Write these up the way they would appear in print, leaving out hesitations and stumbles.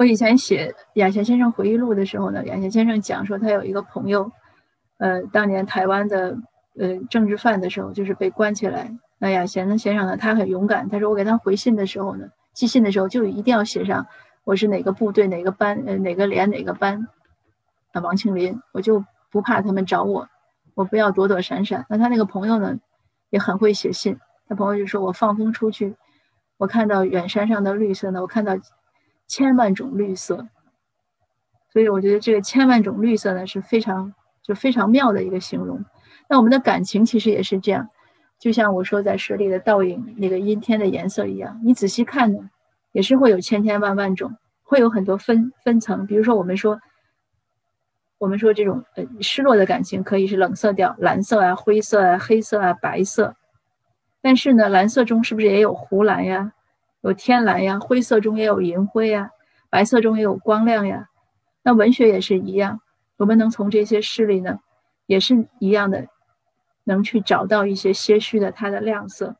我以前写雅贤先生回忆录的时候呢，雅贤先生讲说他有一个朋友，当年台湾的政治犯的时候，就是被关起来。那雅贤的先生呢，他很勇敢，他说我给他回信的时候呢，寄信的时候就一定要写上我是哪个部队哪个班哪个连哪个班王庆林，我就不怕他们找我，我不要躲躲闪闪。那他那个朋友呢也很会写信，他朋友就说我放风出去，我看到远山上的绿色呢，我看到千万种绿色。所以我觉得这个千万种绿色呢是非常妙的一个形容。那我们的感情其实也是这样，就像我说在水里的倒影那个阴天的颜色一样，你仔细看呢也是会有千千万万种，会有很多分层。比如说我们说这种失落的感情可以是冷色调，蓝色啊灰色啊黑色啊白色，但是呢蓝色中是不是也有湖蓝呀，有天蓝呀，灰色中也有银灰呀，白色中也有光亮呀。那文学也是一样，我们能从这些诗里呢也是一样的，能去找到一些些许的它的亮色。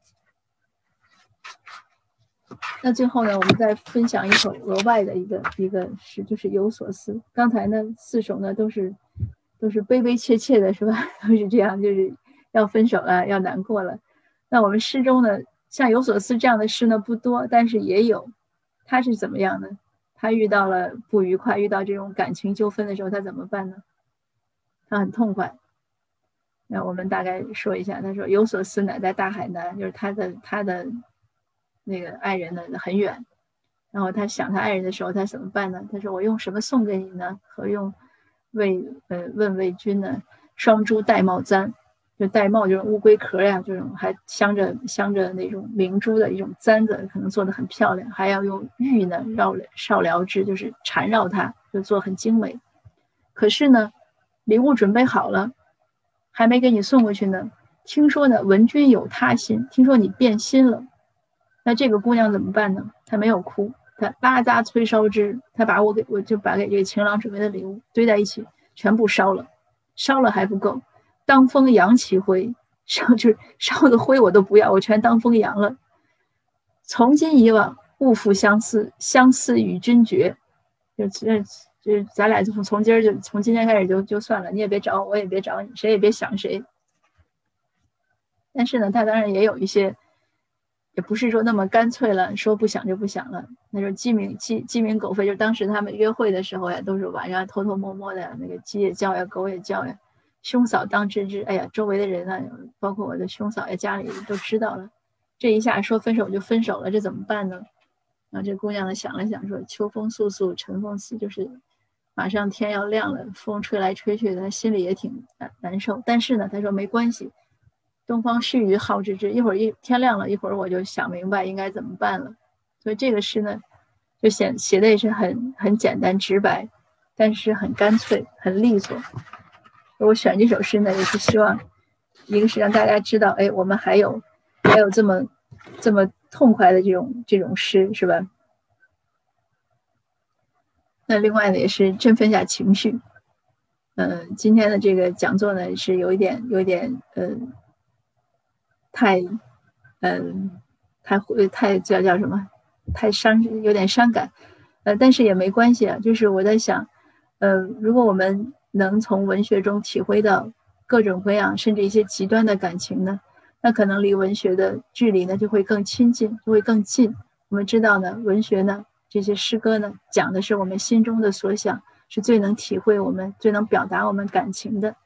那最后呢，我们再分享一首额外的一个诗，就是有所思。刚才呢4首呢都是悲悲切切的，是吧？都是这样，就是要分手了，要难过了。那我们诗中呢，像有所思这样的诗呢不多，但是也有。它是怎么样呢？他遇到了不愉快，遇到这种感情纠纷的时候，他怎么办呢？他很痛快。那我们大概说一下，他说有所思乃在大海南，就是他的那个爱人呢很远，然后他想他爱人的时候，他怎么办呢？他说我用什么送给你呢？何用问为君呢？双珠玳瑁簪，就玳瑁就是乌龟壳呀，这种还镶着那种明珠的一种簪子，可能做得很漂亮，还要用玉呢少疗之，就是缠绕它，就做很精美。可是呢礼物准备好了，还没给你送过去呢，听说呢闻君有他心，听说你变心了。那这个姑娘怎么办呢？她没有哭，她拉杂催烧之，她把我就把给这个情郎准备的礼物堆在一起，全部烧了。烧了还不够，当风扬其灰，烧的灰我都不要，我全当风扬了。从今以往，勿复相思，相思与君绝。就咱俩就从今天开始就算了，你也别找我，我也别找你，谁也别想谁。但是呢，他当然也有一些，也不是说那么干脆了，说不想就不想了。那时候鸡鸣狗吠，就当时他们约会的时候呀，都是晚上偷偷摸摸的，那个鸡也叫呀，狗也叫呀。兄嫂当知之，哎呀，周围的人啊，包括我的兄嫂呀，家里都知道了。这一下说分手就分手了，这怎么办呢？然后这姑娘呢想了想，说秋风肃肃，晨风起，就是马上天要亮了，风吹来吹去的，她心里也挺难受。但是呢，她说没关系，东方须臾好之至，一会儿天亮了，一会儿我就想明白应该怎么办了。所以这个诗呢，就写的也是很简单直白，但是很干脆，很利索。我选这首诗呢，也是希望，一个是让大家知道，哎，我们还有这么痛快的这种诗，是吧？那另外呢，也是振奋一下情绪。今天的这个讲座呢，是有一点太叫什么？太有点伤感。但是也没关系啊，就是我在想，如果我们能从文学中体会到各种各样甚至一些极端的感情呢，那可能离文学的距离呢就会更亲近，就会更近。我们知道呢，文学呢，这些诗歌呢，讲的是我们心中的所想，是最能体会我们、最能表达我们感情的。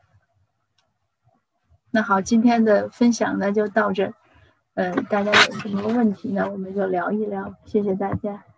那好，今天的分享呢就到这。大家有什么问题呢，我们就聊一聊。谢谢大家。